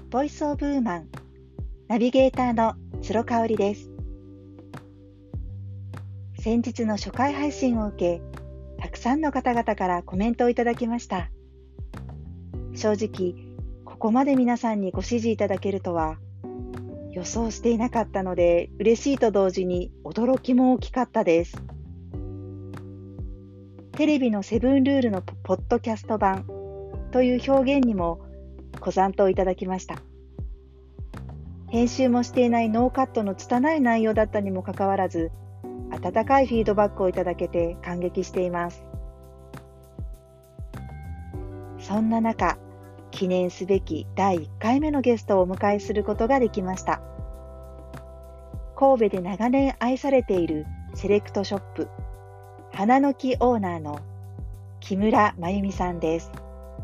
ボイスオブウーマンナビゲーターの鶴香織です。先日の初回配信を受け、たくさんの方々からコメントをいただきました。正直、ここまで皆さんにご支持いただけるとは予想していなかったので、嬉しいと同時に驚きも大きかったです。テレビのセブンルールのポッドキャスト版という表現にもご賛同いただきました。編集もしていないノーカットの拙い内容だったにもかかわらず、温かいフィードバックをいただけて感激しています。そんな中、記念すべき第1回目のゲストをお迎えすることができました。神戸で長年愛されているセレクトショップ、花の木オーナーの木村真由美さんです。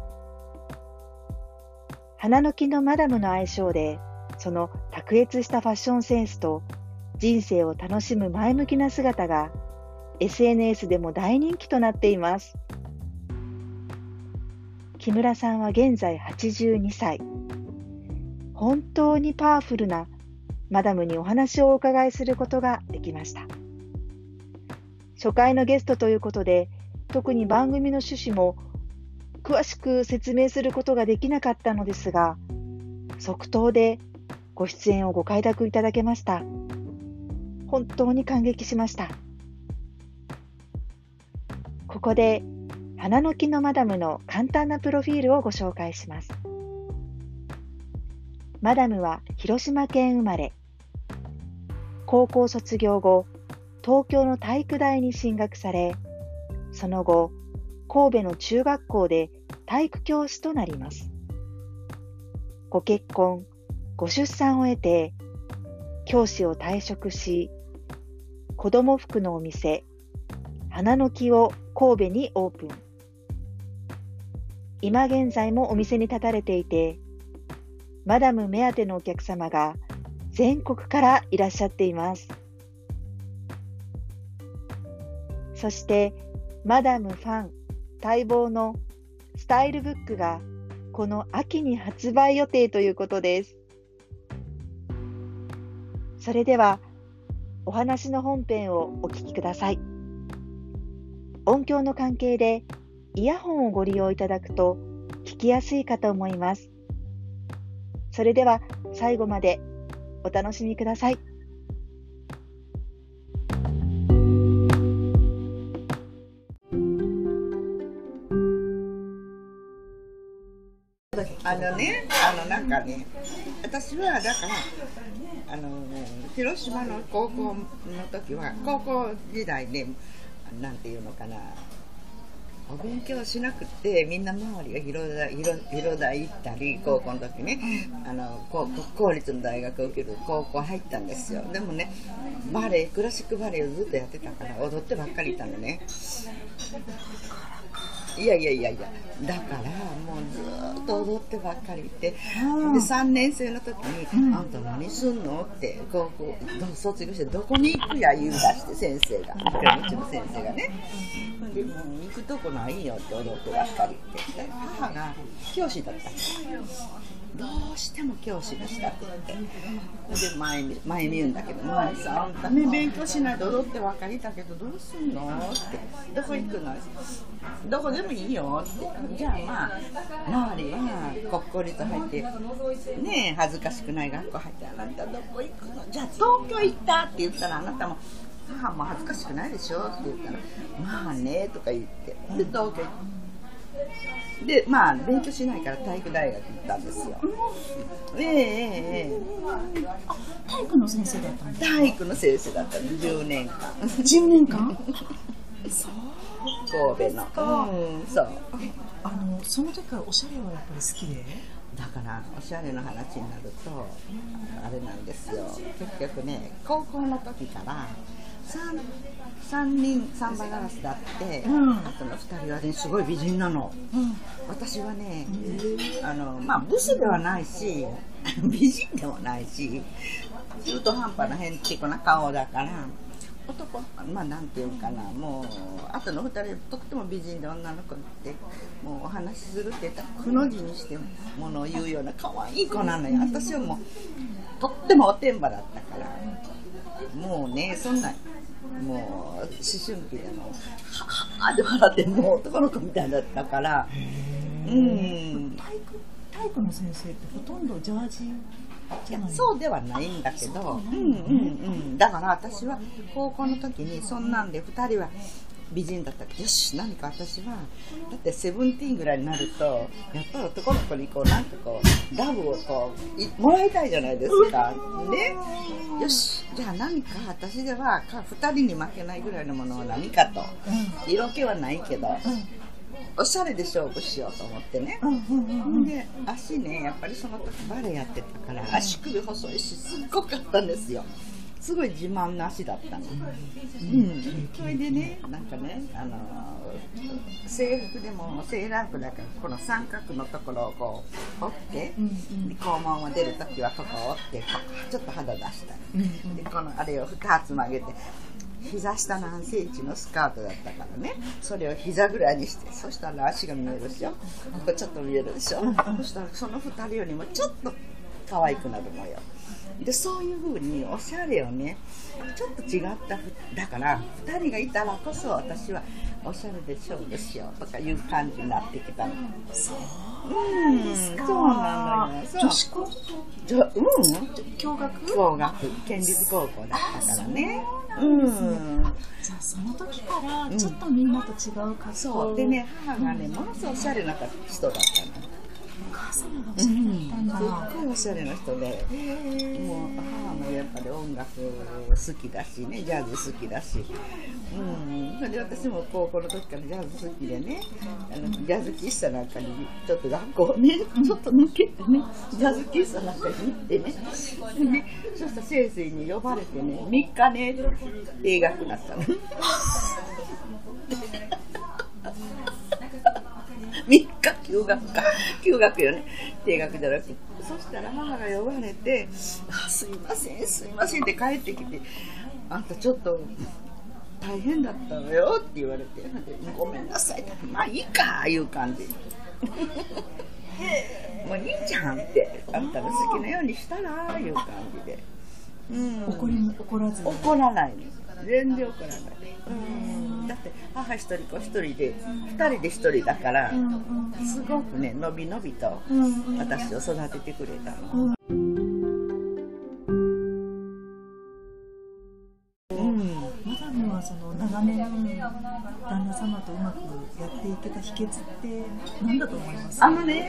花の木のマダムの愛称で、その卓越したファッションセンスと人生を楽しむ前向きな姿が SNS でも大人気となっています。木村さんは現在82歳。本当にパワフルなマダムにお話をお伺いすることができました。初回のゲストということで、特に番組の趣旨も詳しく説明することができなかったのですが、即答でご出演をご快諾いただけました。本当に感激しました。ここで花の木のマダムの簡単なプロフィールをご紹介します。マダムは広島県生まれ。高校卒業後、東京の体育大に進学され、その後、神戸の中学校で体育教師となります。ご結婚、ご出産を得て、教師を退職し、子供服のお店、花の木を神戸にオープン。今現在もお店に立たれていて、マダム目当てのお客様が全国からいらっしゃっています。そして、マダムファン待望のスタイルブックがこの秋に発売予定ということです。それでは、お話の本編をお聞きください。音響の関係でイヤホンをご利用いただくと聞きやすいかと思います。それでは最後までお楽しみください。 なんかね、私はだから広島の高校の時は、高校時代で、なんていうのかな、お勉強しなくて、みんな周りが広大行ったり、高校の時ね、公立の大学を受ける高校入ったんですよ。でもね、クラシックバレエをずっとやってたから、踊ってばっかりいたのね。いや、だからもうずっと踊ってばっかりいて、で3年生の時に、あんた何すんのって高校卒業してどこに行くや言う出して、先生がうちの先生がね、でも行くとこないよって踊ってばっかりって母が教師だったどうしても教師がしたって言って、で前に言うんだけど、前さ、あんたね勉強しないと踊ってばっかりいたけどどうすんのって、どこ行くの、どこでもいいよって。じゃあまあ周りは国公立入ってね、恥ずかしくない学校入って、あなたどこ行くの、じゃあ東京行ったって言ったら、あなたも母も恥ずかしくないでしょって言ったら、まあねとか言って、で東京行って、でまあ勉強しないから体育大学行ったんですよ。 体育の先生だったんですか？ 体育の先生だったの10年間。 10年間そう神戸の、そう。 その時からおしゃれはやっぱり好きで、 だからおしゃれの話になるとあれなんですよ。結局ね、高校の時から3人サンバガラスだって、あとの2人はねすごい美人なの、私はね、まあブスではないし美人でもないし、中途半端な変ってこな顔だから、 男、まあなんていうかな、もうあとの2人とっても美人で女の子ってもうお話しするって言ったらくの字にしてものを言うような可愛い子なのよ。私はもうとってもおてんばだったから、もうね、そんなもう思春期でもはぁで笑ってもう男の子みたいだったから、 体育の先生ってほとんどジャージいやそうではないんだけど、だから私は高校の時にそんなんで2人は美人だったら、よし何か私はだってセブンティーンぐらいになるとやっぱり男の子にこうなんかこうラブをこうもらいたいじゃないですか、ね、よしじゃあ何か私では2人に負けないぐらいのものは何かと、色気はないけど、おしゃれで勝負しようと思ってね、で足ね、やっぱりその時バレエやってたから足首細いしすっごかったんですよ。すごい自慢の足だったの。それでね、なんかね、制服でもセーラー服だからこの三角のところをこう折って、肛門を出るときはここを折ってちょっと肌出したり、でこのあれを2つ曲げて膝下何センチのスカートだったからね、それを膝ぐらいにして、そしたら足が見えるでしょ、ここちょっと見えるでしょ、そしたらその2人よりもちょっと可愛くなるのよ。でそういう風におしゃれをね、ちょっと違っただから2人がいたらこそ私はおしゃれで勝負しようとかいう感じになってきたの。 そうですか。 そうなのよ。 女子高共学県立高校だったからね。 じゃあその時からちょっとみんなと違う格好、 そうでね、母がねものすごいおしゃれな人だったの。 お母様がおしゃれだったんだ。 すっごいおしゃれな人で、もう母もやっぱり音楽好きだしね、ジャズ好きだし、それで私も高校の時からジャズ好きでね、ジャズ喫茶なんかにちょっと学校をね、ちょっと抜けてね、ジャズ喫茶なんかに行ってね、そしたら先生に呼ばれてね、3日ね定額になったの。3日休学よね、定額じゃなくて。そしたら母が呼ばれて、すいませんって帰ってきて、あんたちょっと大変だったのよって言われて、ごめんなさいって、まあいいかいう感じ。もういいじゃんって、あんたの好きなようにしたらいう感じで、 怒らずに、 怒らないの、全然怒らない。だって母一人子一人で2人で1人だから、すごくねのびのびと私を育ててくれたの。 マダムはその長年旦那様とうまくやっていけた秘訣って何だと思います？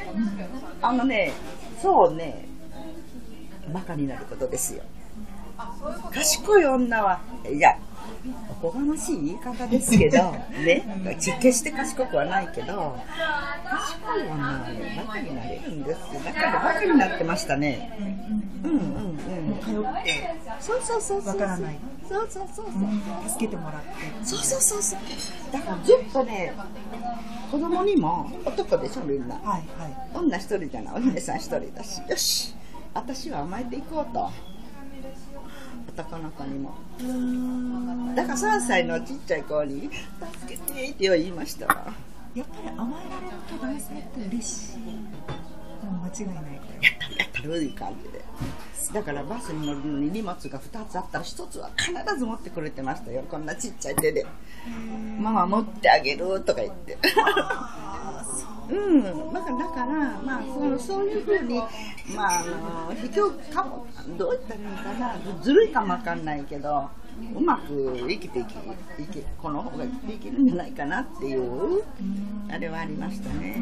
そうね、バカになることですよ。賢い女は、いやおこがましい言い方ですけどね、決して賢くはないけど、賢い女はねバカになれるんですよ。だからバカになってましたね。 頼ってそうわからない、 そう助けてもらって、 そうだからずっとね、子供にも男でしょみんな、女一人じゃない、お姫さん一人だし、よし私は甘えていこうと、男の子にも。だから3歳のちっちゃい子に助けてって言いましたわ。 やっぱり甘えられると男性って嬉しい、間違いない。 やったるいう感じで。だからバスに乗るのに荷物が2つあったら1つは必ず持ってくれてましたよ、こんなちっちゃい手で。ママ持ってあげるとか言って。だからまあそういうふうに、卑怯かも、どう言ったらいいかな、ずるいかもわかんないけど、うまく生きてこの方が生きていけるんじゃないかなっていうあれはありましたね。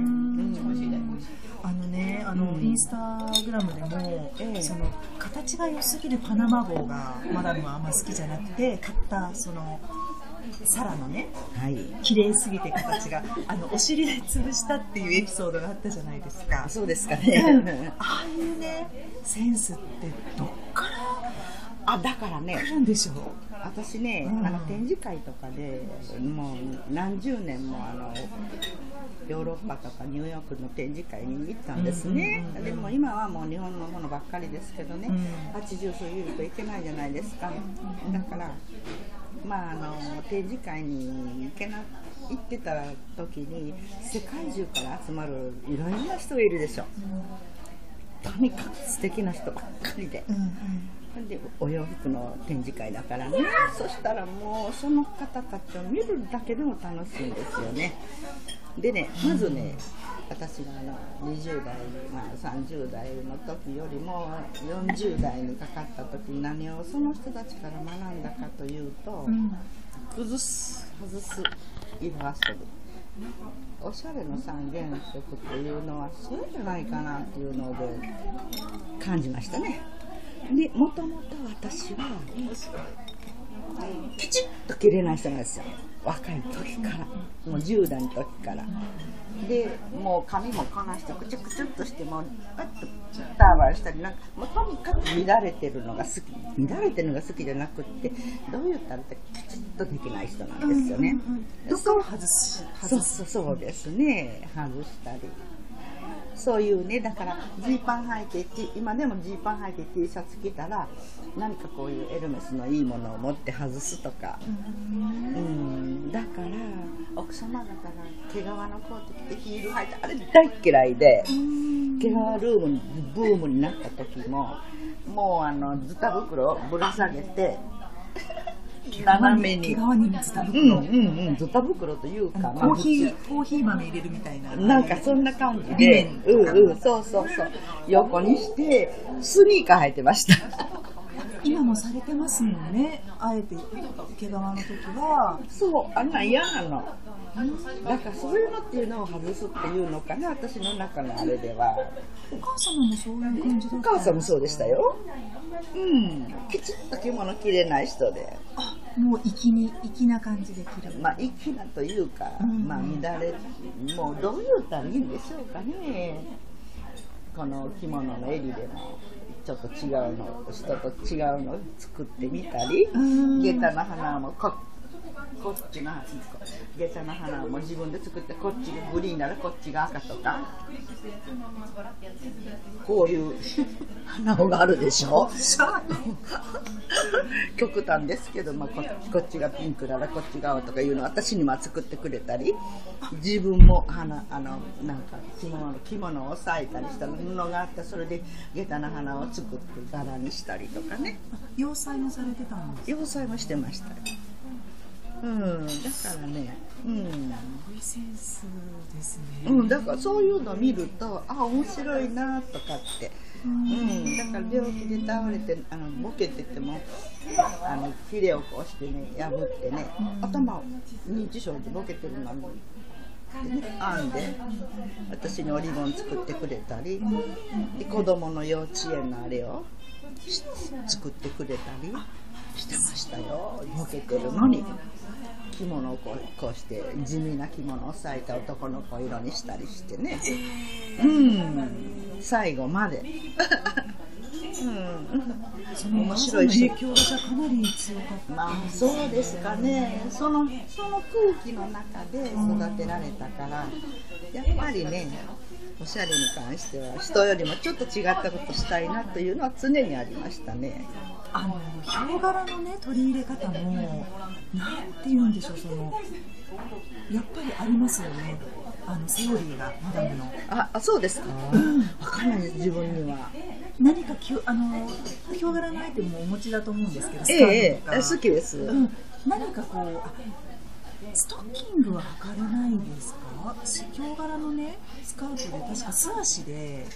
インスタグラムでも、その形が良すぎるパナマ帽がマダムはあんま好きじゃなくて、買ったそのサラのね、綺麗すぎて形がお尻で潰したっていうエピソードがあったじゃないですか。 そうですかね。 ああいうねセンスってどっからだからね来るんでしょう。 私ね、展示会とかでもう何十年もヨーロッパとかニューヨークの展示会に行ったんですね。でも今はもう日本のものばっかりですけどね、80過ぎるといけないじゃないですか。だから展示会に行ってた時に世界中から集まるいろいろな人がいるでしょ。とにかく素敵な人ばっかりで、でお洋服の展示会だからね。そしたらもうその方たちを見るだけでも楽しいんですよね。でね、まずね、私が20代、30代の時よりも40代にかかった時に何をその人たちから学んだかというと、崩す、外す、色遊び、おしゃれの三原則っていうのはそれじゃないかなっていうので感じましたね。で、もともと私はきちっと着れない人なんですよ。若い時から、もう10代の時から。で、もう髪もこなしてくちゅくちゅっとしてもパッとターバンしたり、なんかもうとにかく乱れてるのが好き。乱れてるのが好きじゃなくって、どう言ったらきちっとできない人なんですよね。 どこを外す。 そうですね。外したり。そういうね、だからジーパン履いて、今でもジーパン履いて T シャツ着たら何かこういうエルメスのいいものを持って外すとか、だから奥様だから毛皮のコート着てヒール履いて、あれ大嫌いで、毛皮ルームにブームになった時ももうズタ袋をぶら下げて斜めに、 毛皮にズタ袋、 ズタ袋というか、 コーヒー豆入れるみたいな、 なんかそんな感じで、そう横にしてスニーカー履いてました。 今もされてますもんね。あえて毛皮の時はそう、あんな嫌なの。だからそういうのっていうのを外すっていうのかな、私の中のあれでは。 お母様もそういう感じだった。 お母さんもそうでしたよ。きちっと着物着れない人で。 もう粋な感じで着る。 粋なというか、乱れ、もうどう言ったらいいんでしょうかね。この着物の襟でもちょっと違うの、人と違うのを作ってみたり、下駄の花もこっちの下駄の花も自分で作って、こっちがグリーンならこっちが赤とか、こういう花があるでしょ。極端ですけど、こっちがピンクならこっちが青とかいうのを私にも作ってくれたり、自分もなんか着物を裂いたりした布があって、それで下駄の花を作って柄にしたりとかね。 洋裁もされてたんですか？ 洋裁もしてました。だからね、 こういうセンスですね。 だからそういうのを見ると、面白いなとかって、だから病気で倒れてボケててもヒレをこうしてね破ってね、頭を認知症でボケてるのに編んで私におリボン作ってくれたり、で子供の幼稚園のあれを作ってくれたりしてましたよ。ボケてるのに着物をこうして地味な着物を裂いた男の子色にしたりしてね、最後まで面白いし、 影響がかなり強かった。 そうですかね。その空気の中で育てられたから、やっぱりね、おしゃれに関しては人よりもちょっと違ったことしたいなというのは常にありましたね。 ヒョウ柄のね取り入れ方もなんて言うんでしょう、やっぱりありますよね。セオリーがマダムの。 そうですか。分かんないです、自分には。 何かヒョウ柄のアイテムもお持ちだと思うんですけど、スカートとか、 好きです。 何かこうストッキングは履かれないですか？ヒョウ柄のねスカートで確か素足で。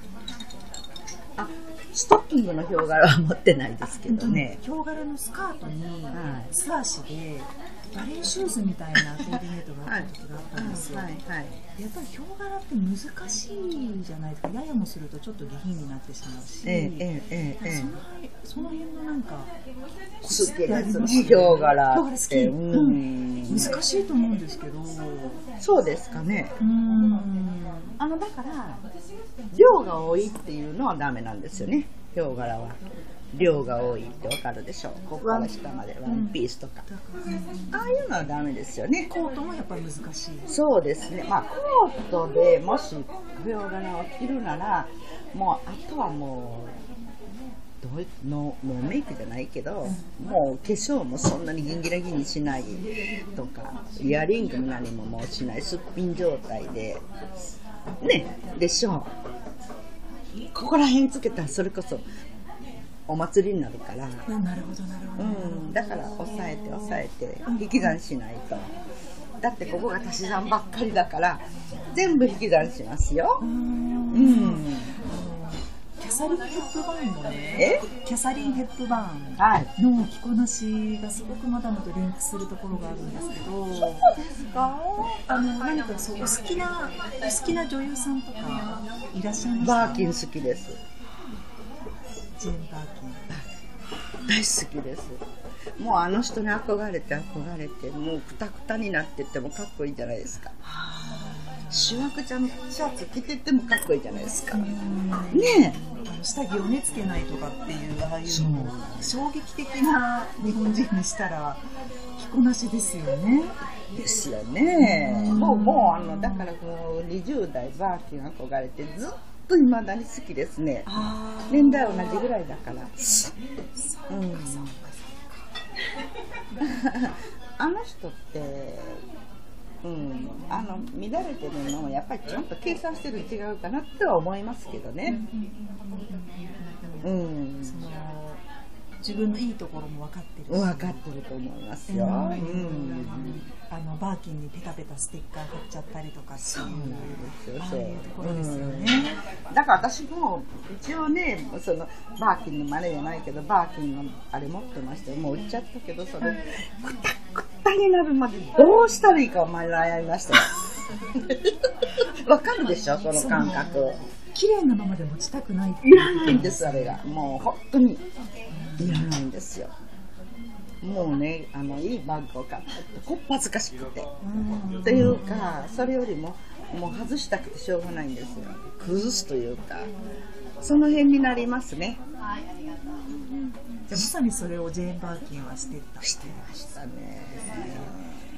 ストッキングのヒョウ柄は持ってないですけどね。 ヒョウ柄のスカートに素足でバレーシューズみたいなコーディネートがあった時があったんですよ。やっぱりヒョウ柄って難しいじゃないですか。ややもするとちょっと下品になってしまうし、その辺のなんか好きですね、ヒョウ柄って。 難しいと思うんですけど。 そうですかね。だから量が多いっていうのはダメなんですよね。ヒョウ柄は量が多いってわかるでしょ。ここから下までワンピースとか、ああいうのはダメですよね。 コートもやっぱり難しい。 そうですね。コートでもしヒョウ柄を着るなら、もうあとはもうノーメイクじゃないけど、もう化粧もそんなにギンギラギンにしないとか、イヤリングも何ももうしないすっぴん状態でねでしょう。ここら辺つけたらそれこそお祭りになるから、 なるほどなるほど、 だから抑えて引き算しないと。だってここが足し算ばっかりだから全部引き算しますよ。 キャサリン・ヘップバーンのね、キャサリン・ヘップバーンの着こなしがすごくマダムとリンクするところがあるんですけど、 そうですか？ 何かそうお好きな女優さんとかいらっしゃいますか？ バーキン好きです。 ジェーン・バーキン大好きです。もうあの人に憧れてもうクタクタになってってもかっこいいじゃないですか。シュワクちゃんのシャツ着ててもかっこいいじゃないですか。ねえ。 下着をねつけないとかっていうああいうの衝撃的な日本人にしたら着こなしですよね。 ですよね。もうだからもう20代バーキン憧れてずっと未だに好きですね。年代同じぐらいだから。あの人って乱れてるのもやっぱりちゃんと計算してるの違うかなっては思いますけどね。 自分のいいところも分かってるし、 分かってると思いますよ。 バーキンにペタペタステッカー貼っちゃったりとかっていう、 そうなんですよ。 そういうところですよね。 だから私も一応ね、そのバーキンの真似じゃないけどバーキンのあれ持ってまして、もう売っちゃったけど、それクタクタになるまでどうしたらいいか悩みましたよ。わかるでしょ、その感覚。 綺麗なままで持ちたくない。 いらないんです、あれが。もう本当にいらないんですよ。もうね、いいバッグを買ってこっぱずかしくてっていうか、それよりももう外したくてしょうがないんですよ。崩すというか、その辺になりますね。 じゃあまさにそれをジェーン・バーキンはしてましたね。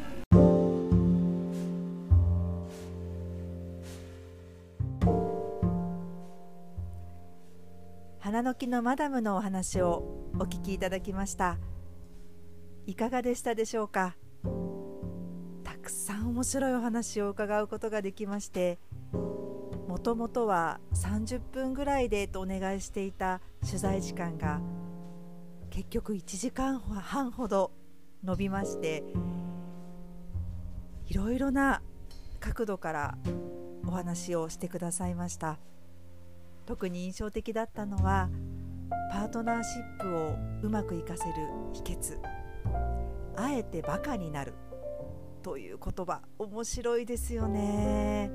花の木のマダムのお話をお聞きいただきました。いかがでしたでしょうか。たくさん面白いお話を伺うことができまして、もともとは30分ぐらいでとお願いしていた取材時間が結局1時間半ほど伸びまして、いろいろな角度からお話をしてくださいました。特に印象的だったのはパートナーシップをうまく活かせる秘訣、あえてバカになるという言葉、面白いですよね。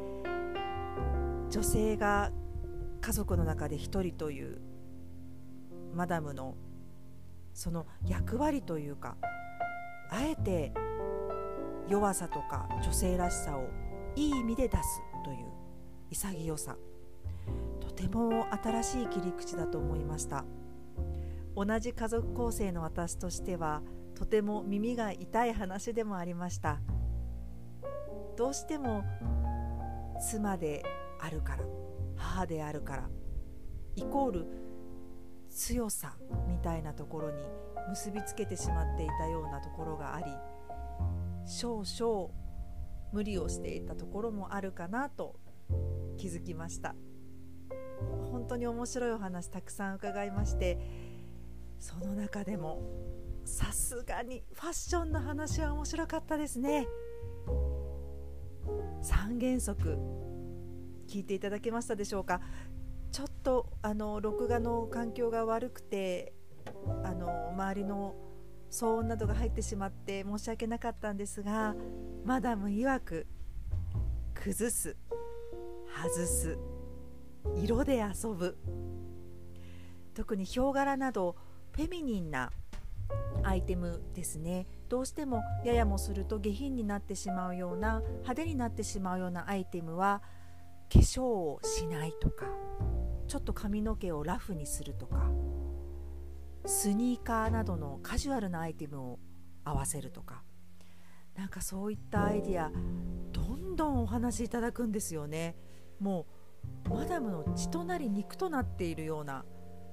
女性が家族の中で一人というマダムのその役割というか、あえて弱さとか女性らしさをいい意味で出すという潔さ、とても新しい切り口だと思いました。同じ家族構成の私としてはとても耳が痛い話でもありました。どうしても妻であるから、母であるからイコール強さみたいなところに結びつけてしまっていたようなところがあり、少々無理をしていたところもあるかなと気づきました。本当に面白いお話たくさん伺いまして、その中でもさすがにファッションの話は面白かったですね。3原則聞いていただけましたでしょうか。ちょっと録画の環境が悪くて周りの騒音などが入ってしまって申し訳なかったんですが、マダム曰く崩す、外す、色で遊ぶ、特にヒョウ柄などフェミニンなアイテムですね。どうしてもややもすると下品になってしまうような、派手になってしまうようなアイテムは化粧をしないとか、ちょっと髪の毛をラフにするとか、スニーカーなどのカジュアルなアイテムを合わせるとか、なんかそういったアイディアどんどんお話しいただくんですよね。もうマダムの血となり肉となっているような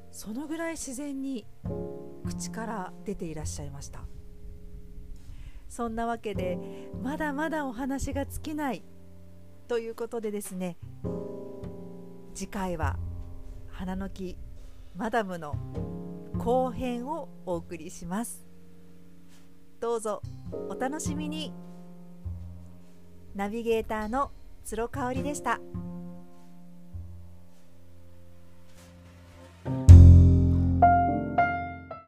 そのぐらい自然に口から出ていらっしゃいました。そんなわけでまだまだお話が尽きないということでですね、次回は花の木マダムの後編をお送りします。どうぞお楽しみに。ナビゲーターの鶴香織でした。